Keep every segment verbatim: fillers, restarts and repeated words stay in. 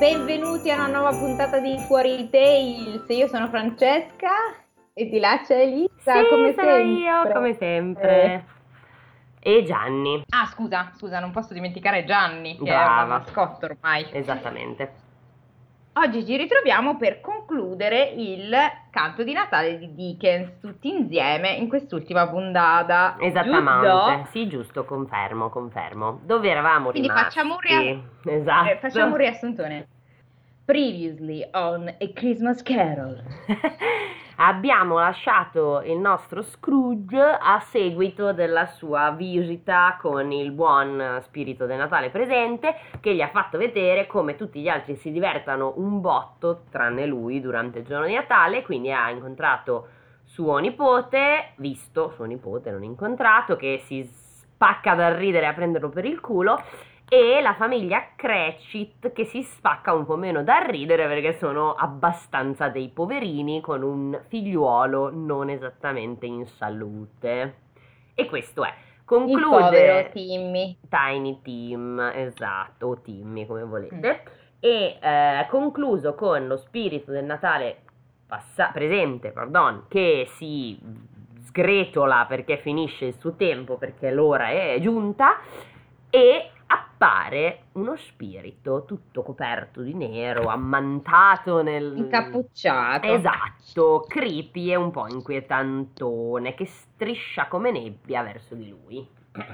Benvenuti a una nuova puntata di Fuori Tales. Io sono Francesca e di là c'è Elisa, Sì, come sono sempre. io, come sempre. E Gianni. Ah, scusa, scusa, non posso dimenticare Gianni, che è Brava. una mascotte ormai. Esattamente. Oggi ci ritroviamo per concludere il canto di Natale di Dickens, tutti insieme in quest'ultima puntata. Esattamente. Giusto? Sì, giusto, confermo, confermo. Dove eravamo Quindi rimasti? facciamo un, ria- Esatto. eh, facciamo un riassuntone. Previously on A Christmas Carol. Abbiamo lasciato il nostro Scrooge a seguito della sua visita con il buon spirito del Natale presente, che gli ha fatto vedere come tutti gli altri si divertano un botto tranne lui durante il giorno di Natale. Quindi ha incontrato suo nipote, visto suo nipote, non incontrato, che si spacca dal ridere a prenderlo per il culo, e la famiglia Cratchit che si spacca un po' meno dal ridere perché sono abbastanza dei poverini con un figliuolo non esattamente in salute. E questo è. Conclude Il povero Timmy. Tiny Tim, esatto, o Timmy come volete. Mm. E eh, concluso con lo spirito del Natale passa- presente, pardon, che si sgretola perché finisce il suo tempo, perché l'ora è giunta, e appare uno spirito tutto coperto di nero, ammantato nel... Incappucciato. Esatto, creepy e un po' inquietantone, che striscia come nebbia verso di lui.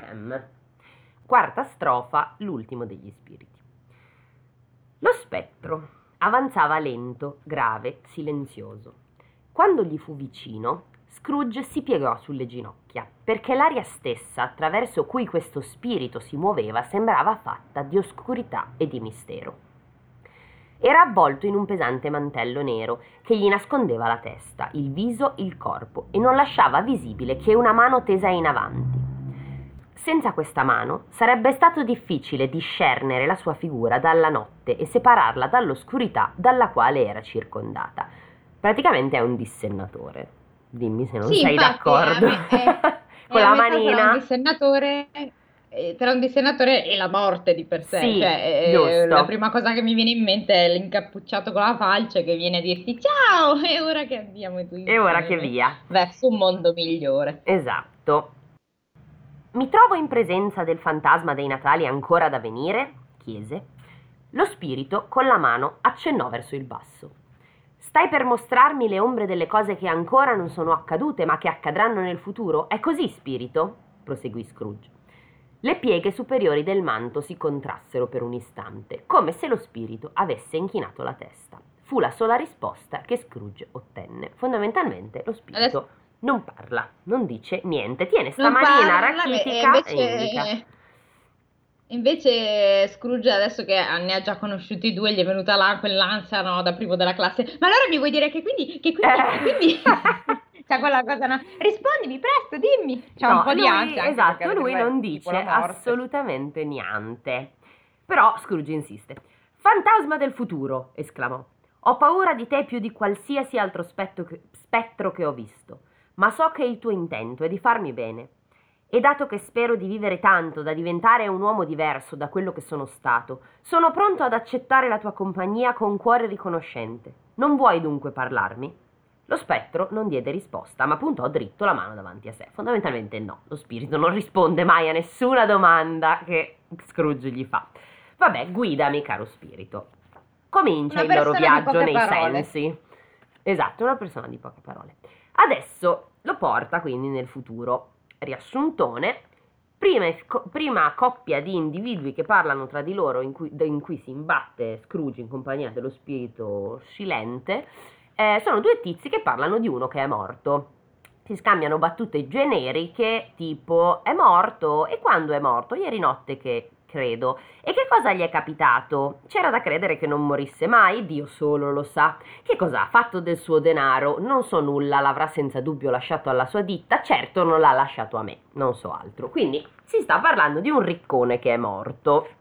Quarta strofa, l'ultimo degli spiriti. Lo spettro avanzava lento, grave, silenzioso. Quando gli fu vicino, Scrooge si piegò sulle ginocchia, perché l'aria stessa attraverso cui questo spirito si muoveva sembrava fatta di oscurità e di mistero. Era avvolto in un pesante mantello nero che gli nascondeva la testa, il viso, il corpo, e non lasciava visibile che una mano tesa in avanti. Senza questa mano sarebbe stato difficile discernere la sua figura dalla notte e separarla dall'oscurità dalla quale era circondata. Praticamente è un dissennatore. Dimmi se non sì, sei infatti, d'accordo. È, è, Con è la manina. Tra un dissennatore, tra un dissennatore e la morte di per sé. Sì, cioè, giusto. La prima cosa che mi viene in mente è l'incappucciato con la falce che viene a dirti ciao, è ora che andiamo tu insieme. E ora che via. Verso un mondo migliore. Esatto. Mi trovo in presenza del fantasma dei Natali ancora da venire? Chiese. Lo spirito con la mano accennò verso il basso. Stai per mostrarmi le ombre delle cose che ancora non sono accadute ma che accadranno nel futuro? È così, spirito? Proseguì Scrooge. Le pieghe superiori del manto si contrassero per un istante, come se lo spirito avesse inchinato la testa. Fu la sola risposta che Scrooge ottenne. Fondamentalmente lo spirito Adesso... non parla, non dice niente, tiene sta non manina parla, rachitica invece... e indica. Invece Scrooge, adesso che ne ha già conosciuti due, gli è venuta là quell'ansia, no, da primo della classe. Ma allora mi vuoi dire che quindi, che quindi, Eh. che quindi... C'è quella cosa, no? Rispondimi presto, dimmi. C'è No, un po' lui, di ansia. Anche esatto, perché, lui beh, non tipo dice la morte. assolutamente niente. Però Scrooge insiste. Fantasma del futuro, esclamò. Ho paura di te più di qualsiasi altro spettro che, spettro che ho visto, ma so che il tuo intento è di farmi bene. E dato che spero di vivere tanto da diventare un uomo diverso da quello che sono stato, sono pronto ad accettare la tua compagnia con cuore riconoscente. Non vuoi dunque parlarmi? Lo spettro non diede risposta, ma puntò dritto la mano davanti a sé. Fondamentalmente no, lo spirito non risponde mai a nessuna domanda che Scrooge gli fa. Vabbè, guidami, caro spirito. Comincia il loro viaggio nei parole. sensi. Esatto, una persona di poche parole. Adesso lo porta quindi nel futuro. Riassuntone, prima, prima coppia di individui che parlano tra di loro in cui, in cui si imbatte Scrooge in compagnia dello spirito scilente, eh, sono due tizi che parlano di uno che è morto. Si scambiano battute generiche tipo è morto, e quando è morto? Ieri notte che credo. E che cosa gli è capitato? C'era da credere che non morisse mai, Dio solo lo sa. Che cosa ha fatto del suo denaro? Non so nulla, l'avrà senza dubbio lasciato alla sua ditta, certo non l'ha lasciato a me, non so altro. Quindi si sta parlando di un riccone che è morto.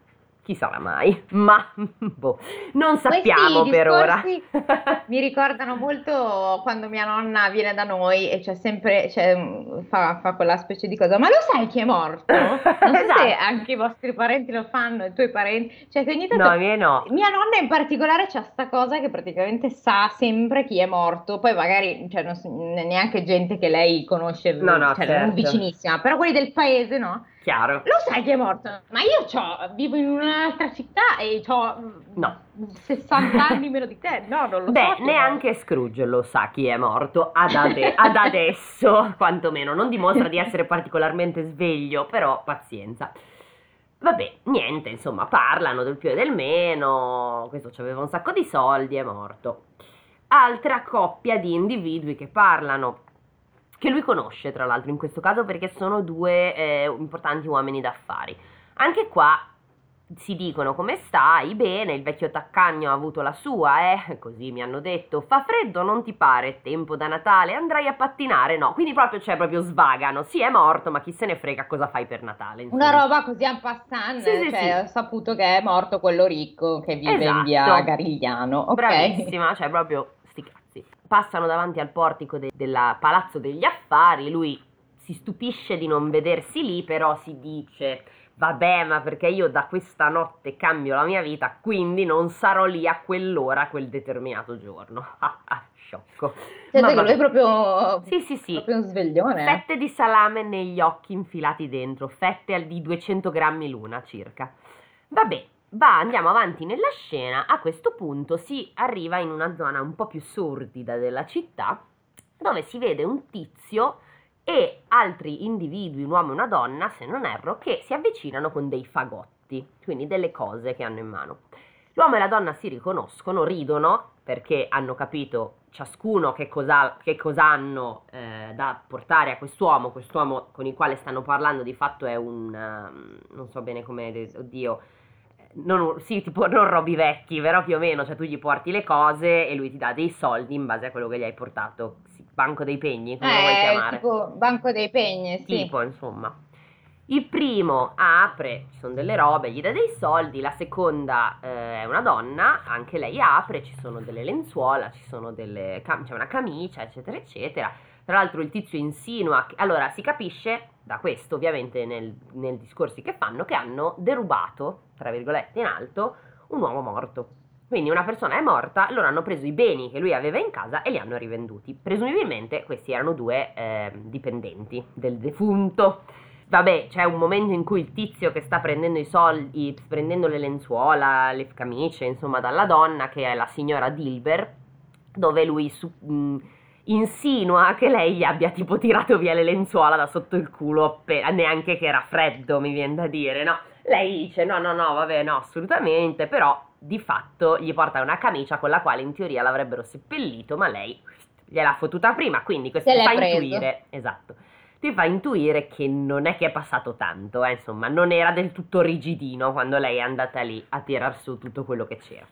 Chi sarà mai? Ma boh, non sappiamo Questi per ora. discorsi mi ricordano molto quando mia nonna viene da noi e c'è sempre, cioè, mm, fa, fa quella specie di cosa. Ma lo sai chi è morto? Non so se Esatto. anche i vostri parenti lo fanno, i tuoi parenti. Cioè, che ogni No, tanto. i miei no. Mia nonna in particolare c'ha sta cosa che praticamente sa sempre chi è morto. Poi magari, cioè, non so- neanche gente che lei No, conosce, no, cioè non certo. vicinissima, però quelli del paese, no? Chiaro. Lo sai chi è morto? Ma io c'ho- vivo in un'altra città e ho No. sessanta anni meno di te. No, non lo so Beh, chi è neanche morto. Scrooge lo sa chi è morto, ad, ade- ad adesso, quantomeno. Non dimostra di essere particolarmente sveglio, però pazienza. Vabbè, niente, insomma, parlano del più e del meno, questo aveva un sacco di soldi, è morto. Altra coppia di individui che parlano, che lui conosce tra l'altro in questo caso perché sono due eh, importanti uomini d'affari. Anche qua si dicono come stai, bene, il vecchio taccagno ha avuto la sua, eh, così mi hanno detto, fa freddo, non ti pare, tempo da Natale, andrai a pattinare, no, quindi proprio, cioè, proprio svagano, sì è morto, ma chi se ne frega cosa fai per Natale, Una insomma. roba così en passant, Sì, sì, cioè ho sì, saputo che è morto quello ricco che vive in via esatto, Garigliano, ok? bravissima, cioè proprio sti cazzi. Passano davanti al portico de- del Palazzo degli Affari, lui si stupisce di non vedersi lì, però si dice, vabbè, ma perché io da questa notte cambio la mia vita, quindi non sarò lì a quell'ora, quel determinato giorno. Ah, ah, sciocco. Ma Sento che lui è vabbè. proprio, Sì, sì, sì. proprio un sveglione, eh? Fette di salame negli occhi infilati dentro, fette al- di duecento grammi l'una circa. Vabbè, va, andiamo avanti nella scena. A questo punto si arriva in una zona un po' più sordida della città, dove si vede un tizio e altri individui, un uomo e una donna, se non erro, che si avvicinano con dei fagotti, quindi delle cose che hanno in mano. L'uomo e la donna si riconoscono, ridono perché hanno capito ciascuno che cosa, che cosa hanno eh, da portare a quest'uomo. Quest'uomo con il quale stanno parlando di fatto è un, um, non so bene come, oddio, non, sì, tipo non robi vecchi, però più o meno, cioè tu gli porti le cose e lui ti dà dei soldi in base a quello che gli hai portato. Sì, banco dei pegni, come lo vuoi Eh, chiamare? tipo Banco dei Pegni, sì. Tipo, insomma. Il primo apre, ci sono delle robe, gli dà dei soldi, la seconda eh, è una donna, anche lei apre, ci sono delle lenzuola, ci sono delle, cam- c'è una camicia, eccetera, eccetera. Tra l'altro il tizio insinua, che, allora si capisce da questo ovviamente nel, nel discorsi che fanno, che hanno derubato, tra virgolette in alto, un uomo morto. Quindi una persona è morta, loro hanno preso i beni che lui aveva in casa e li hanno rivenduti. Presumibilmente questi erano due eh, dipendenti del defunto. Vabbè, c'è un momento in cui il tizio che sta prendendo i soldi, prendendo le lenzuola, le camicie, insomma, dalla donna, che è la signora Dilber, dove lui su, mh, insinua che lei gli abbia tipo tirato via le lenzuola da sotto il culo, per, neanche che era freddo, mi viene da dire, no? Lei dice no, no, no, vabbè, no, assolutamente, però di fatto gli porta una camicia con la quale in teoria l'avrebbero seppellito, ma lei gliel'ha fottuta prima, quindi questo Se ti fa l'è preso. intuire, esatto, ti fa intuire che non è che è passato tanto, eh, insomma, non era del tutto rigidino quando lei è andata lì a tirar su tutto quello che c'era.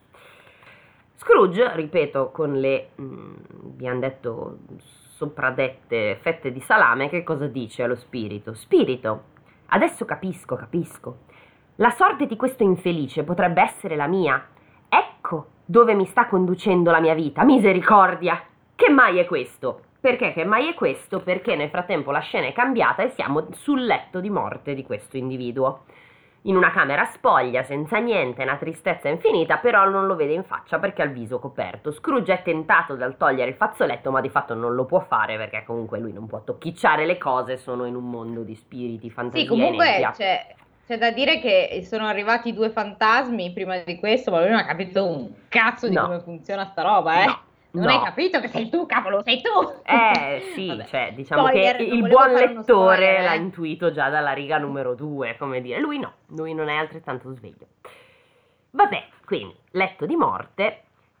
Scrooge, ripeto, con le, mh, abbiamo detto, sopradette fette di salame, che cosa dice allo spirito? Spirito, adesso capisco, capisco. La sorte di questo infelice potrebbe essere la mia. Ecco dove mi sta conducendo la mia vita, misericordia! Che mai è questo? Perché che mai è questo? Perché nel frattempo la scena è cambiata e siamo sul letto di morte di questo individuo. In una camera spoglia, senza niente, una tristezza infinita, però non lo vede in faccia perché ha il viso coperto. Scrooge è tentato dal togliere il fazzoletto, ma di fatto non lo può fare perché comunque lui non può tocchicciare le cose, sono in un mondo di spiriti, Sì, fantasia e comunque nebbia. c'è c'è da dire che sono arrivati due fantasmi prima di questo, ma lui non ha capito un cazzo di No, come funziona sta roba, no, eh? Non hai no. capito che sei tu, cavolo, sei tu! Eh sì, Vabbè, cioè diciamo che spoiler, non il volevo buon fare uno spoiler, lettore l'ha eh? intuito già dalla riga numero due, come dire, lui no, lui non è altrettanto sveglio. Vabbè, quindi letto di morte,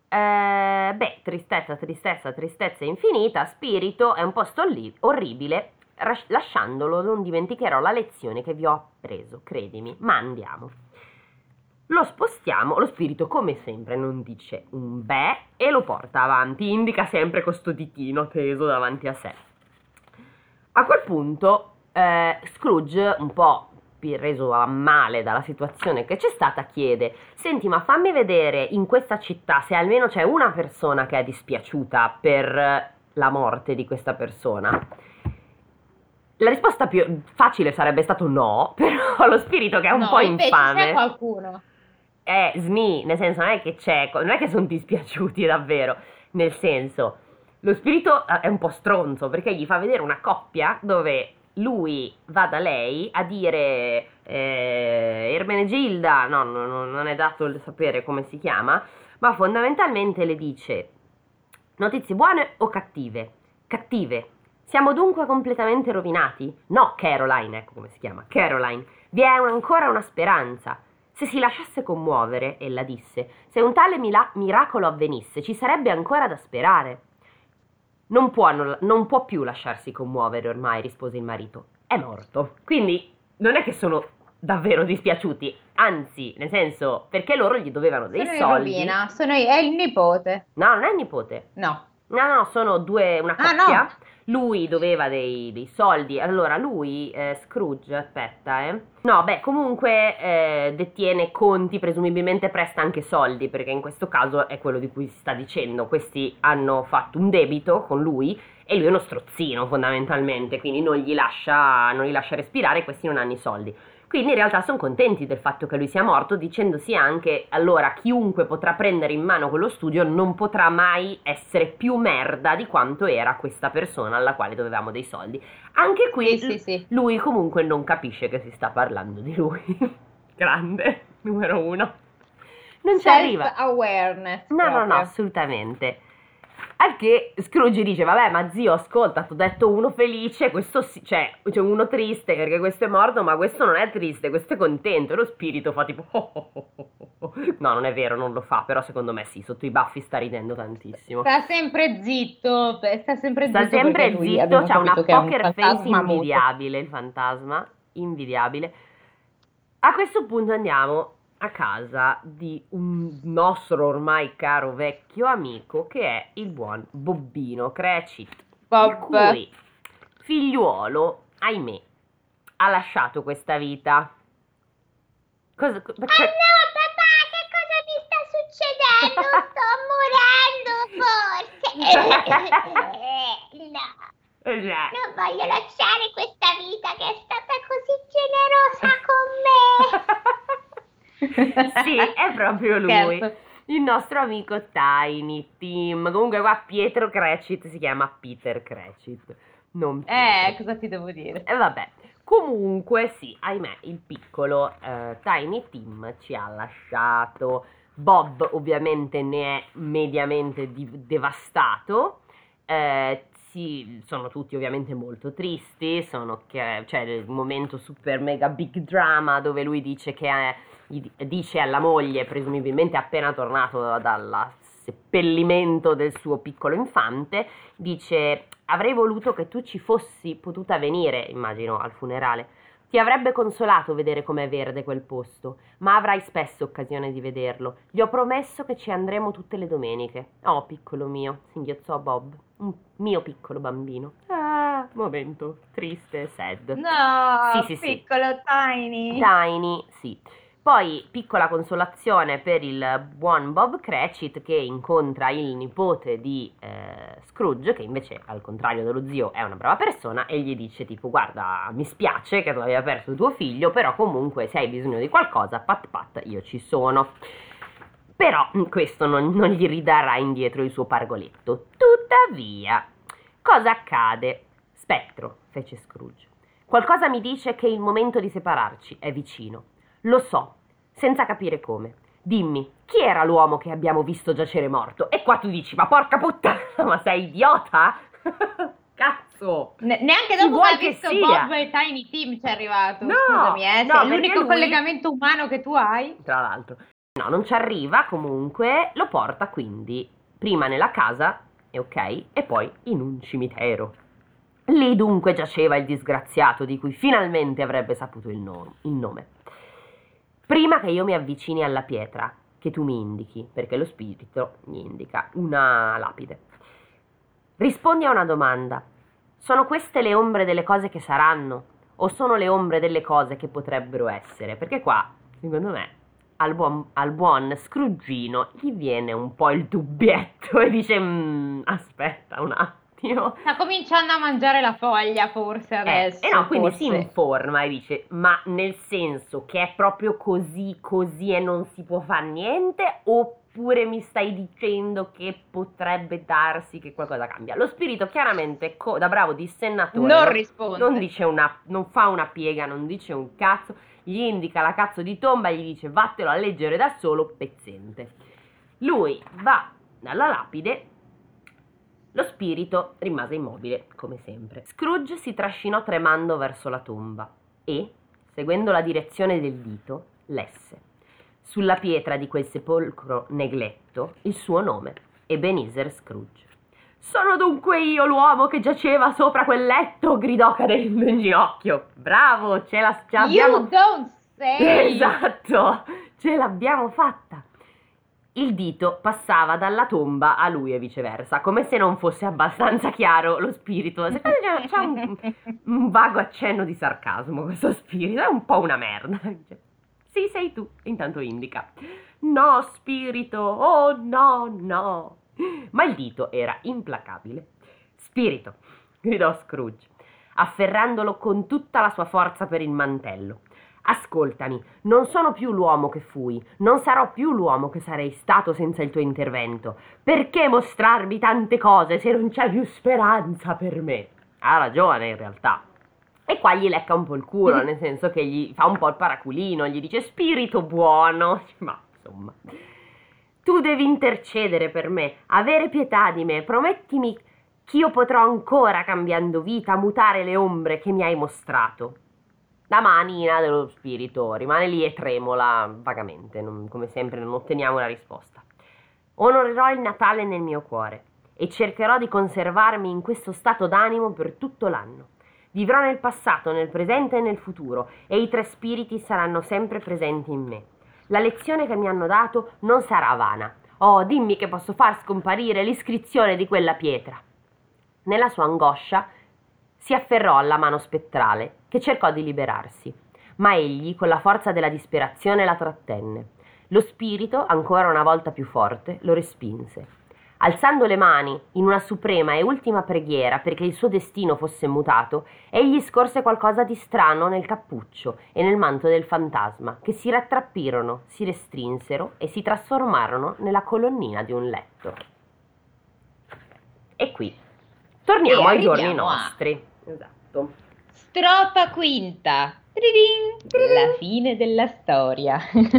eh, beh, tristezza, tristezza, tristezza infinita, spirito, è un posto orli- orribile, ras- lasciandolo non dimenticherò la lezione che vi ho appreso, credimi, ma andiamo. Lo spostiamo, lo spirito come sempre non dice un beh e lo porta avanti, indica sempre questo ditino teso davanti a sé. A quel punto eh, Scrooge, un po' spi- reso a male dalla situazione che c'è stata, chiede: senti, ma fammi vedere in questa città se almeno c'è una persona che è dispiaciuta per la morte di questa persona. La risposta più facile sarebbe stato no, però lo spirito, che è un No, po' invece infame, c'è qualcuno. è sni, nel senso non è che c'è, non è che sono dispiaciuti davvero, nel senso, lo spirito è un po' stronzo perché gli fa vedere una coppia dove lui va da lei a dire eh, Ermenegilda, no, no, no, non è dato il sapere come si chiama, ma fondamentalmente le dice: notizie buone o cattive? Cattive. Siamo dunque completamente rovinati? No, Caroline, ecco come si chiama, Caroline. Vi è ancora una speranza. Se si lasciasse commuovere, ella disse, se un tale mila- miracolo avvenisse, ci sarebbe ancora da sperare. Non può, non, non può più lasciarsi commuovere ormai, rispose il marito. È morto. Quindi non è che sono davvero dispiaciuti, anzi, nel senso, perché loro gli dovevano dei Sono in soldi. rovina, sono i- è il nipote. No, non è il nipote. No. No, no, sono due, una Ah, coppia. no. Lui doveva dei, dei soldi. Allora, lui, eh, Scrooge, aspetta, eh. No, beh, comunque eh, detiene conti, presumibilmente presta anche soldi, perché in questo caso è quello di cui si sta dicendo. Questi hanno fatto un debito con lui e lui è uno strozzino, fondamentalmente, quindi non gli lascia, non gli lascia respirare, questi non hanno i soldi. Quindi in realtà sono contenti del fatto che lui sia morto, dicendosi anche, allora, chiunque potrà prendere in mano quello studio non potrà mai essere più merda di quanto era questa persona alla quale dovevamo dei soldi. Anche qui Sì, sì, sì. lui comunque non capisce che si sta parlando di lui. Grande, numero uno. Non ci arriva. Self-awareness. No, no, no, proprio. assolutamente. Al che Scrooge dice, vabbè, ma zio, ascolta, ti ho detto uno felice, questo sì, cioè, cioè uno triste perché questo è morto, ma questo non è triste, questo è contento. E lo spirito fa tipo, oh, oh, oh, oh, oh. No, non è vero, non lo fa, però secondo me sì, sotto i baffi sta ridendo tantissimo. Sta sempre zitto, sta sempre Sta zitto sempre perché lui zitto, abbiamo c'ha una capito che è un poker face fantasma muto. invidiabile, il fantasma, invidiabile. A questo punto andiamo a casa di un nostro ormai caro vecchio amico che è il buon Bobbino Cratchit, Bob. il cui figliuolo, ahimè, ha lasciato questa vita. Cosa, perché... Oh no, papà, che cosa mi sta succedendo? Sto morendo, forse. No, non voglio lasciare questa vita che è stata così generosa con me. Sì, è proprio lui. Scherzo. Il nostro amico Tiny Tim. Comunque qua Pietro Cratchit si chiama Peter Cratchit, non Pietro. Eh, cosa ti devo dire? E vabbè, comunque sì, ahimè, il piccolo eh, Tiny Tim ci ha lasciato. Bob ovviamente ne è mediamente div- devastato. Eh, sì, sono tutti ovviamente molto tristi. Sono che, c'è il momento super mega big drama dove lui dice che è, gli dice alla moglie, presumibilmente appena tornato dal seppellimento del suo piccolo infante, dice: avrei voluto che tu ci fossi potuta venire, immagino al funerale. Ti avrebbe consolato vedere com'è verde quel posto, ma avrai spesso occasione di vederlo. Gli ho promesso che ci andremo tutte le domeniche. Oh, piccolo mio, singhiozzò Bob, un mio piccolo bambino. Ah, momento triste, sad. No, Sì, sì, sì. piccolo Tiny. Tiny, sì. Poi piccola consolazione per il buon Bob Cratchit che incontra il nipote di eh, Scrooge, che invece al contrario dello zio è una brava persona, e gli dice tipo: guarda, mi spiace che tu abbia perso tuo figlio, però comunque se hai bisogno di qualcosa, pat pat, io ci sono. Però questo non, non gli ridarà indietro il suo pargoletto. Tuttavia, cosa accade? Spettro, fece Scrooge. Qualcosa mi dice che il momento di separarci è vicino. Lo so, senza capire come. Dimmi, chi era l'uomo che abbiamo visto giacere morto? E qua tu dici: ma porca puttana, ma sei idiota? Cazzo! Ne- neanche Chi dopo vuoi che hai che visto sia? Bob e Tiny Tim ci è arrivato. No, Scusami, eh, no, se è perché l'unico lui- collegamento umano che tu hai. Tra l'altro. No, non ci arriva, comunque lo porta quindi prima nella casa, e ok, e poi in un cimitero. Lì dunque giaceva il disgraziato di cui finalmente avrebbe saputo il, no- il nome. Prima che io mi avvicini alla pietra, che tu mi indichi, perché lo spirito mi indica una lapide. Rispondi a una domanda. Sono queste le ombre delle cose che saranno? o sono le ombre delle cose che potrebbero essere? Perché qua, secondo me, al buon, al buon Scroogino gli viene un po' il dubbietto e dice, mm, aspetta un attimo. Sta cominciando a mangiare la foglia forse adesso. Eh, e no, quindi forse. si informa e dice, ma nel senso che è proprio così, così e non si può fare niente, oppure mi stai dicendo che potrebbe darsi che qualcosa cambia? Lo spirito chiaramente, co- da bravo dissennatore, Non risponde. non dice una, non fa una piega, non dice un cazzo, gli indica la cazzo di tomba e gli dice vattelo a leggere da solo, pezzente. Lui va dalla lapide. Lo spirito rimase immobile, come sempre. Scrooge si trascinò tremando verso la tomba e, seguendo la direzione del dito, lesse sulla pietra di quel sepolcro negletto il suo nome, Ebenezer Scrooge. «Sono dunque io l'uomo che giaceva sopra quel letto!» gridò cadendo in ginocchio. «Bravo, ce la ce l'abbiamo!» You don't say! Esatto, ce l'abbiamo fatta! Il dito passava dalla tomba a lui e viceversa, come se non fosse abbastanza chiaro lo spirito. C'è un, un vago accenno di sarcasmo questo spirito, è un po' una merda. Sì, sei tu, intanto indica. No, spirito, oh no, no. Ma il dito era implacabile. Spirito, gridò Scrooge, afferrandolo con tutta la sua forza per il mantello. Ascoltami, non sono più l'uomo che fui, non sarò più l'uomo che sarei stato senza il tuo intervento. Perché mostrarmi tante cose se non c'è più speranza per me? Ha ragione in realtà. E qua gli lecca un po' il culo, nel senso che gli fa un po' il paraculino, gli dice spirito buono, ma insomma. Tu devi intercedere per me, avere pietà di me, promettimi che io potrò ancora, cambiando vita, mutare le ombre che mi hai mostrato. La manina dello spirito rimane lì e tremola vagamente, non, come sempre non otteniamo una risposta. Onorerò il Natale nel mio cuore e cercherò di conservarmi in questo stato d'animo per tutto l'anno. Vivrò nel passato, nel presente e nel futuro e i tre spiriti saranno sempre presenti in me. La lezione che mi hanno dato non sarà vana. Oh, dimmi che posso far scomparire l'iscrizione di quella pietra. Nella sua angoscia si afferrò alla mano spettrale che cercò di liberarsi, ma egli con la forza della disperazione la trattenne. Lo spirito, ancora una volta più forte, lo respinse. Alzando le mani in una suprema e ultima preghiera perché il suo destino fosse mutato, egli scorse qualcosa di strano nel cappuccio e nel manto del fantasma, che si rattrappirono, si restrinsero e si trasformarono nella colonnina di un letto. E qui torniamo E ai giorni arriviamo a- nostri. Esatto. Strofa quinta. Tridin. La fine della storia.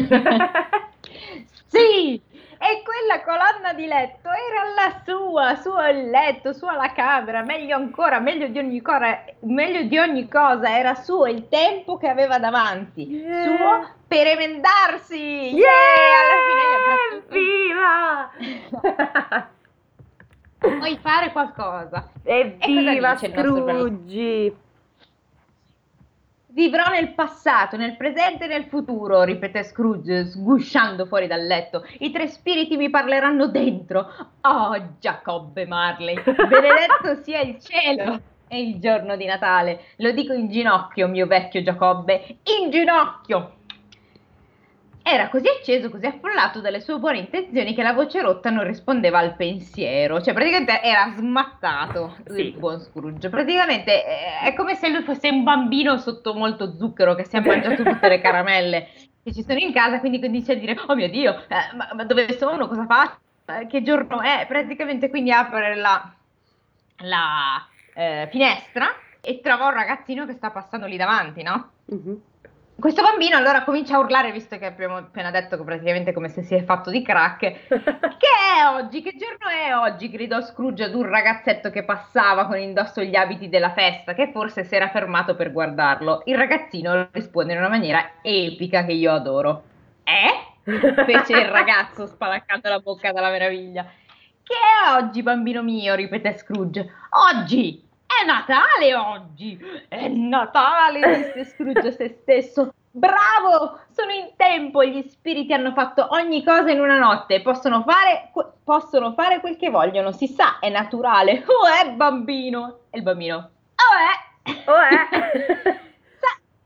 Sì, e quella colonna di letto era la sua, suo il letto, sua la camera, meglio ancora, meglio di ogni cosa, meglio di ogni cosa, era suo il tempo che aveva davanti, Yeah. suo per emendarsi. Yeah! Alla fine Evviva! puoi fare qualcosa. Evviva dice il nostro brano? Scrooge! Vivrò nel passato, nel presente e nel futuro, ripeté Scrooge, sgusciando fuori dal letto. I tre spiriti mi parleranno dentro. Oh, Giacobbe Marley, benedetto sia il cielo e il giorno di Natale. Lo dico in ginocchio, mio vecchio Giacobbe, in ginocchio! Era così acceso, così affollato dalle sue buone intenzioni che la voce rotta non rispondeva al pensiero. Cioè, praticamente era smattato Sì. il buon Scrooge. Praticamente eh, è come se lui fosse un bambino sotto molto zucchero che si è mangiato tutte le caramelle che ci sono in casa, quindi comincia a dire, oh mio Dio, eh, ma, ma dove sono? Cosa faccio? Eh, che giorno è? Praticamente quindi apre la, la eh, finestra e trova un ragazzino che sta passando lì davanti, no? Mhm. Questo bambino allora comincia a urlare, visto che abbiamo appena detto che praticamente è come se si è fatto di crack. Che è oggi? Che giorno è oggi? Gridò Scrooge ad un ragazzetto che passava con indosso gli abiti della festa, che forse si era fermato per guardarlo. Il ragazzino risponde in una maniera epica che io adoro. Eh? Fece il ragazzo spalancando la bocca dalla meraviglia. Che è oggi, bambino mio? Ripeté Scrooge. Oggi! È Natale oggi! È Natale, disse Scrooge a se stesso. Bravo! Sono in tempo, gli spiriti hanno fatto ogni cosa in una notte, possono fare, que- possono fare quel che vogliono, si sa, è naturale. Oh, è bambino! E il bambino, oh, è! Oh, eh!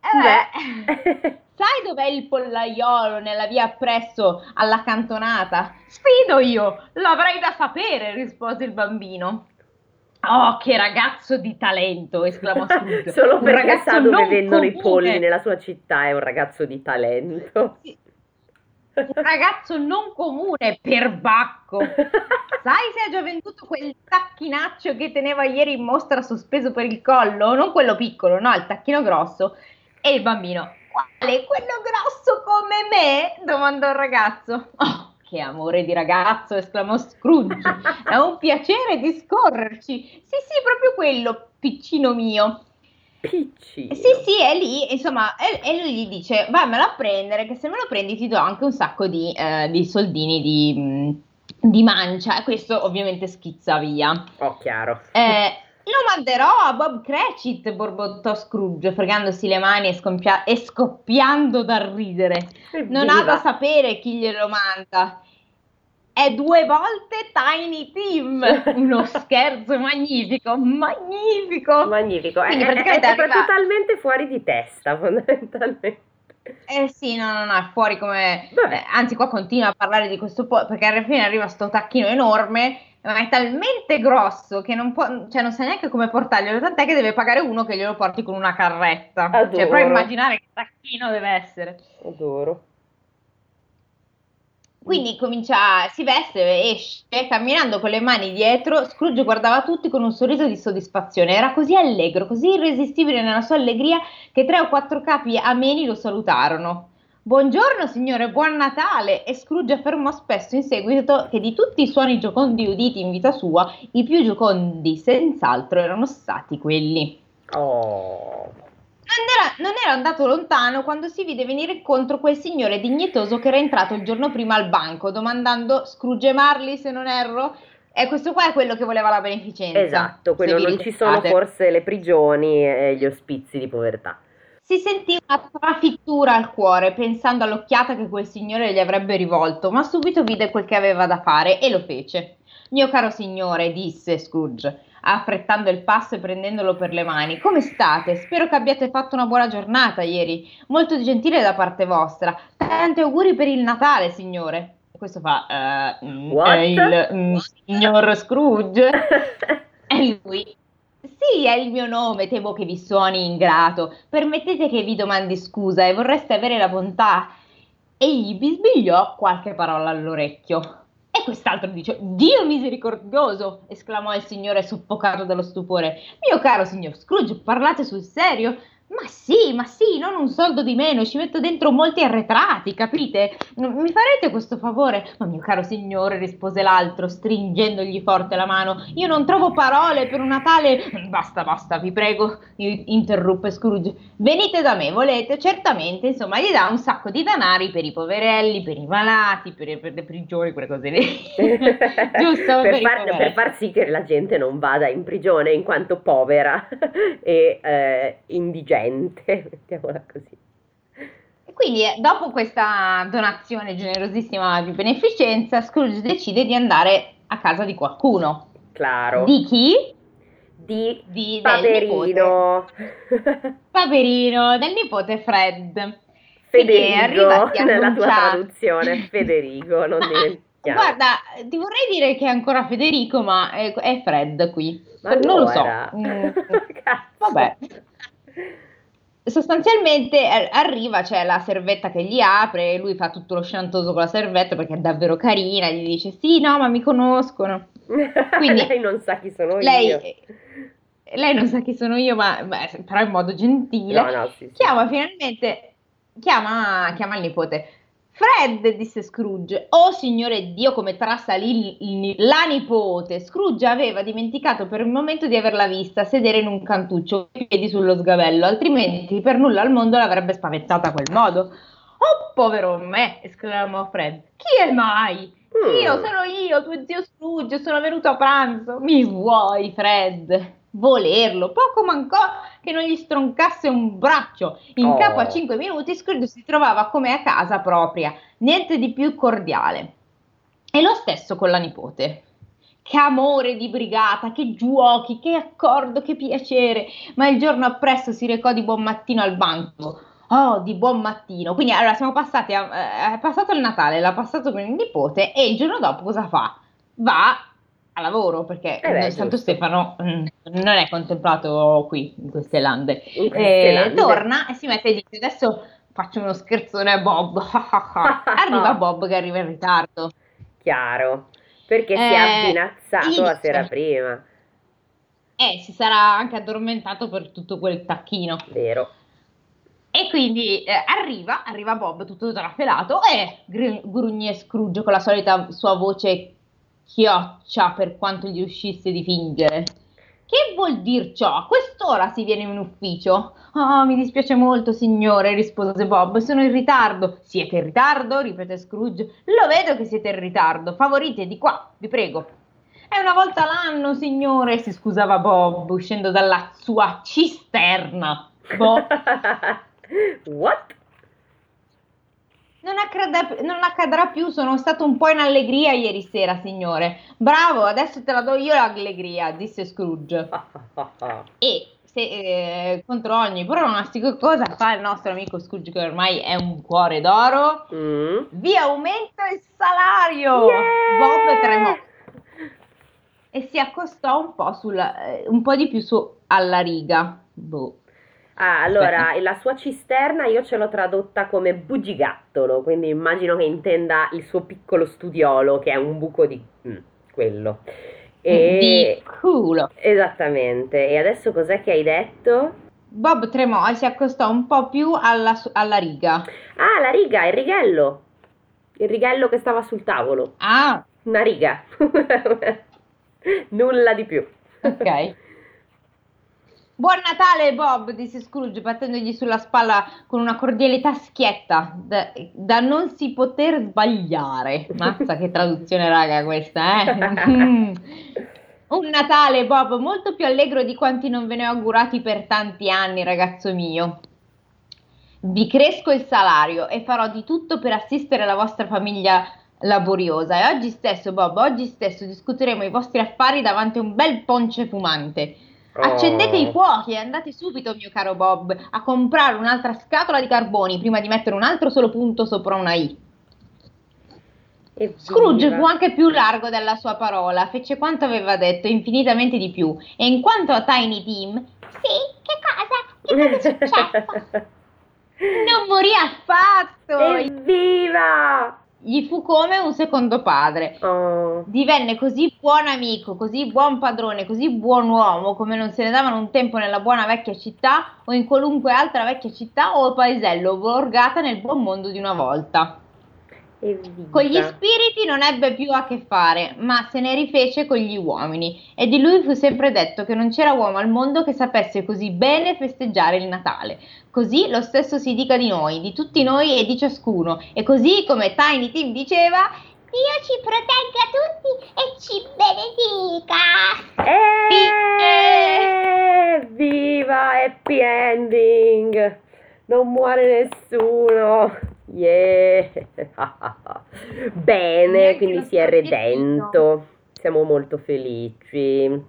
Eh, sai dov'è il pollaiolo nella via appresso alla cantonata? Sfido io, l'avrei da sapere, rispose il bambino. Oh, che ragazzo di talento, esclamò Scrooge. Solo Un perché ragazzo sa dove non vendono i polli comune. nella sua città è un ragazzo di talento. Sì, un ragazzo non comune, perbacco. Sai se ha già venduto quel tacchinaccio che teneva ieri in mostra sospeso per il collo? Non quello piccolo, no, il tacchino grosso. E il bambino, quale? Quello grosso come me? Domandò il ragazzo. Oh, che amore di ragazzo, esclamò Scrooge. È un piacere discorrerci. Sì, sì, proprio quello, piccino mio. Piccino. Sì, sì, è lì, insomma, e, e lui gli dice, vammelo a prendere, che se me lo prendi ti do anche un sacco di, eh, di soldini di, mh, di mancia. E questo ovviamente schizza via. Oh, chiaro. Eh, lo manderò a Bob Cratchit, borbottò Scrooge, fregandosi le mani e, scompia- e scoppiando dal ridere. Non ha da Evviva. sapere chi glielo manda. È due volte Tiny Tim, uno scherzo magnifico, magnifico. Magnifico. È, Quindi è- praticamente è arriva... proprio totalmente fuori di testa, fondamentalmente. Eh sì, no, no, no, è fuori come... Vabbè. eh, anzi, qua continua a parlare di questo po', perché alla fine arriva sto tacchino enorme, ma è talmente grosso che non può, cioè non sa neanche come portarglielo, tant'è che deve pagare uno che glielo porti con una carretta. Cioè, Adoro. però immaginare che tacchino deve essere. Adoro. Quindi comincia, si veste, esce, camminando con le mani dietro. Scrooge guardava tutti con un sorriso di soddisfazione. Era così allegro, così irresistibile nella sua allegria che tre o quattro capi ameni lo salutarono. Buongiorno signore, buon Natale! E Scrooge affermò spesso in seguito che di tutti i suoni giocondi uditi in vita sua, i più giocondi senz'altro erano stati quelli. Oh. Non era, non era andato lontano quando si vide venire incontro quel signore dignitoso che era entrato il giorno prima al banco, domandando Scrooge Marley, se non erro. E questo qua è quello che voleva la beneficenza. Esatto, se quello vi non ci sono ricordate. forse le prigioni e gli ospizi di povertà. Si sentì una trafittura al cuore pensando all'occhiata che quel signore gli avrebbe rivolto, ma subito vide quel che aveva da fare e lo fece. Mio caro signore, disse Scrooge, affrettando il passo e prendendolo per le mani, come state? Spero che abbiate fatto una buona giornata ieri, molto gentile da parte vostra. Tanti auguri per il Natale, signore. E questo fa eh, mm, What? è il mm, signor Scrooge. E lui, sì, è il mio nome, temo che vi suoni ingrato. Permettete che vi domandi scusa e vorreste avere la bontà. E gli bisbigliò qualche parola all'orecchio. E quest'altro dice, Dio misericordioso, esclamò il signore soffocato dallo stupore. Mio caro signor Scrooge, parlate sul serio? Ma sì, ma sì, non un soldo di meno, ci metto dentro molti arretrati, capite? Mi farete questo favore? Ma mio caro signore, rispose l'altro, stringendogli forte la mano, io non trovo parole per una tale... Basta, basta, vi prego, interruppe Scrooge. Venite da me, volete? Certamente, insomma, gli dà un sacco di denari per i poverelli, per i malati, per, per le prigioni, quelle cose lì. Giusto? per, per, far, per far sì che la gente non vada in prigione in quanto povera e eh, indigente, mettiamola così. Quindi, eh, dopo questa donazione generosissima di beneficenza, Scrooge decide di andare a casa di qualcuno. Claro. Di chi? Di, Di del Paperino. nipote. Paperino, del nipote Fred. Quindi Federico, arriva, si nella tua annuncia- traduzione, Federico, non Ma, dimentichiamo. guarda, ti vorrei dire che è ancora Federico, ma è, è Fred qui. Ma non lo so. allora. Mm, Cazzo. vabbè. Sostanzialmente eh, arriva, c'è la servetta che gli apre, lui fa tutto lo sciantoso con la servetta perché è davvero carina, gli dice sì, no, ma mi conoscono. Quindi lei non sa chi sono lei, io. lei non sa chi sono io, ma beh, però in modo gentile. No, no, sì, sì. Chiama finalmente, chiama, chiama il nipote. Fred, disse Scrooge. Oh signore Dio, come trasalì il- il- la nipote. Scrooge aveva dimenticato per un momento di averla vista sedere in un cantuccio, con i piedi sullo sgabello, altrimenti per nulla al mondo l'avrebbe spaventata a quel modo. Oh, povero me, esclamò Fred. Chi è mai? Mm. Io, sono io, tuo zio Scrooge, sono venuto a pranzo. Mi vuoi, Fred? Volerlo, poco mancò che non gli stroncasse un braccio. In Oh. capo a cinque minuti Scrooge si trovava come a casa propria, niente di più cordiale. E lo stesso con la nipote. che amore di brigata, che giochi, che accordo, che piacere. Ma il giorno appresso si recò di buon mattino al banco. Oh, di buon mattino. Quindi allora siamo passati a, è passato il Natale, l'ha passato con il nipote e il giorno dopo cosa fa? Va a lavoro perché Eh beh, Santo giusto. Stefano mm, non è contemplato qui in queste lande. In queste Eh, lande. torna e si mette e dice adesso faccio uno scherzone a Bob. Arriva Bob che arriva in ritardo. Chiaro, perché si è Eh, avvinazzato gli la dice- sera prima, Eh, si sarà anche addormentato per tutto quel tacchino. vero? E quindi eh, arriva, arriva Bob tutto trafelato e gr- grugne Scrooge con la solita sua voce chioccia per quanto gli uscisse di fingere. Che vuol dir ciò? A quest'ora si viene in ufficio? Ah, mi dispiace molto, signore, rispose Bob, sono in ritardo. Siete in ritardo? Ripete Scrooge. Lo vedo che siete in ritardo. Favorite di qua, vi prego. È una volta l'anno, signore, si scusava Bob, uscendo dalla sua cisterna. Boh. What? Non accadrà, non accadrà più, sono stato un po' in allegria ieri sera, signore. Bravo, adesso te la do io l'allegria, disse Scrooge. E se, eh, contro ogni pronostico, cosa fa il nostro amico Scrooge, che ormai è un cuore d'oro? Mm. Vi aumento il salario! Yeah! Bob tremò e si accostò un po', sulla, eh, un po' di più su alla riga. Boh. Ah, allora, Aspetta. la sua cisterna io ce l'ho tradotta come bugigattolo, quindi immagino che intenda il suo piccolo studiolo, che è un buco di mm, quello. E... Di culo. Esattamente. E adesso cos'è che hai detto? Bob tremò e si accostò un po' più alla, su- alla riga. Ah, la riga, il righello. Il righello che stava sul tavolo. Ah, Una riga. Nulla di più. ok. Buon Natale, Bob, disse Scrooge, battendogli sulla spalla con una cordialità schietta, da, da non si poter sbagliare. Mazza, che traduzione, raga, questa, eh? Mm. Un Natale, Bob, molto più allegro di quanti non ve ne ho augurati per tanti anni, ragazzo mio. Vi cresco il salario e farò di tutto per assistere la vostra famiglia laboriosa. E oggi stesso, Bob, oggi stesso discuteremo i vostri affari davanti a un bel ponce fumante. Accendete i Oh. fuochi e andate subito, mio caro Bob, a comprare un'altra scatola di carboni prima di mettere un altro solo punto sopra una I. Evviva. Scrooge fu anche più largo della sua parola, fece quanto aveva detto, infinitamente di più. E in quanto a Tiny Tim, Sì, che cosa? Che cosa è successo? non morì affatto. Evviva! Gli fu come un secondo padre. Oh. Divenne così buon amico, così buon padrone, così buon uomo come non se ne davano un tempo nella buona vecchia città o in qualunque altra vecchia città o paesello borgata nel buon mondo di una volta. Evviva. Con gli spiriti non ebbe più a che fare, ma se ne rifece con gli uomini, e di lui fu sempre detto che non c'era uomo al mondo che sapesse così bene festeggiare il Natale. Così lo stesso si dica di noi, di tutti noi e di ciascuno, e così come Tiny Tim diceva, Dio ci protegga tutti e ci benedica. Evviva! Happy ending! Non muore nessuno! Yeah! Bene, Neanche quindi lo si è spaghettino. redento. Siamo molto felici.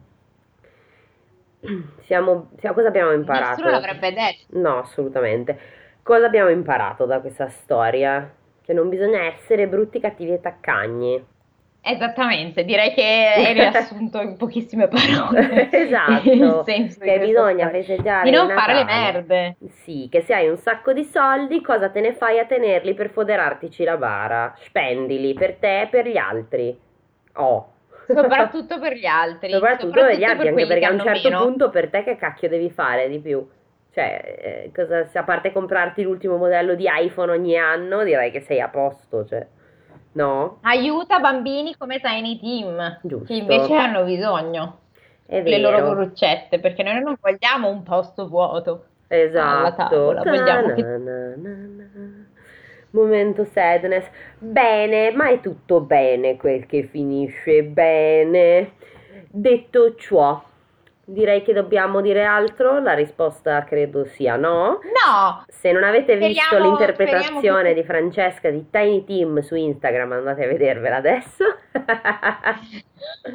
Siamo, siamo- cosa abbiamo imparato? nessuno l'avrebbe detto. No, assolutamente. Cosa abbiamo imparato da questa storia? Che non bisogna essere brutti, cattivi e taccagni. Esattamente, direi che è riassunto in pochissime parole. Esatto, Il senso di che questa bisogna storia. festeggiare Di non il fare le Natale. merde. Sì, che se hai un sacco di soldi, cosa te ne fai a tenerli per foderartici la bara? Spendili per te e per gli altri. Oh. Soprattutto per gli altri. Soprattutto per gli altri, anche quelli perché che a un hanno certo meno. punto per te che cacchio devi fare di più? Cioè, eh, cosa, se a parte comprarti l'ultimo modello di iPhone ogni anno, direi che sei a posto, cioè. No? Aiuta bambini come Tiny Tim, Giusto. che invece hanno bisogno È delle loro vero. corruccette, perché noi non vogliamo un posto vuoto Esatto. alla tavola, vogliamo che... Ta-na-na-na-na. Momento sadness. Bene, ma è tutto bene quel che finisce bene. Detto ciò, direi che dobbiamo dire altro. La risposta credo sia no. No! Se non avete visto Speriamo- l'interpretazione speriamo che- di Francesca di Tiny Tim su Instagram, andate a vedervela adesso.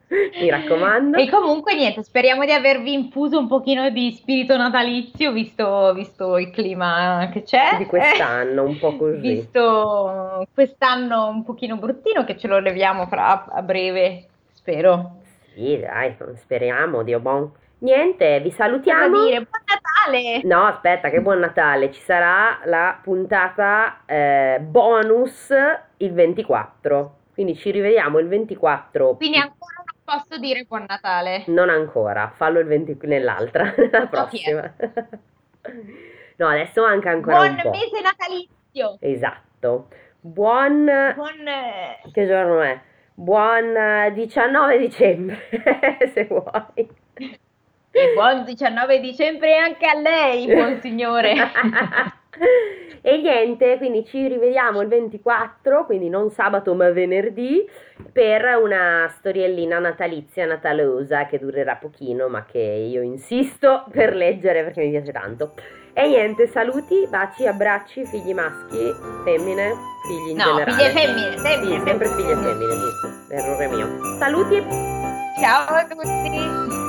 Mi raccomando. E comunque niente, speriamo di avervi infuso un pochino di spirito natalizio, visto, visto il clima che c'è. Di quest'anno, un po' così. Visto quest'anno un pochino bruttino, che ce lo leviamo fra a breve, spero. Sì, dai, speriamo, Dio buon. Niente, vi salutiamo. Cosa dire? Buon Natale! No, aspetta, che buon Natale. Ci sarà la puntata eh, bonus il ventiquattro. Quindi ci rivediamo il ventiquattro. Quindi ancora non posso dire buon Natale. Non ancora, fallo il venti nell'altra, nella prossima. No, adesso manca ancora Buon un po'. mese natalizio! Esatto. Buon... Buon... eh, Che giorno è? Buon eh, diciannove dicembre, se vuoi. E buon diciannove dicembre anche a lei, buon signore. E niente, quindi ci rivediamo il ventiquattro, quindi non sabato ma venerdì, per una storiellina natalizia natalosa che durerà pochino, ma che io insisto per leggere perché mi piace tanto. E niente, saluti, baci, abbracci, figli maschi, femmine, figli in No, generale. figlie femmine, femmine. Sì, sempre figlie femmine, giusto, errore mio. Saluti. Ciao a tutti.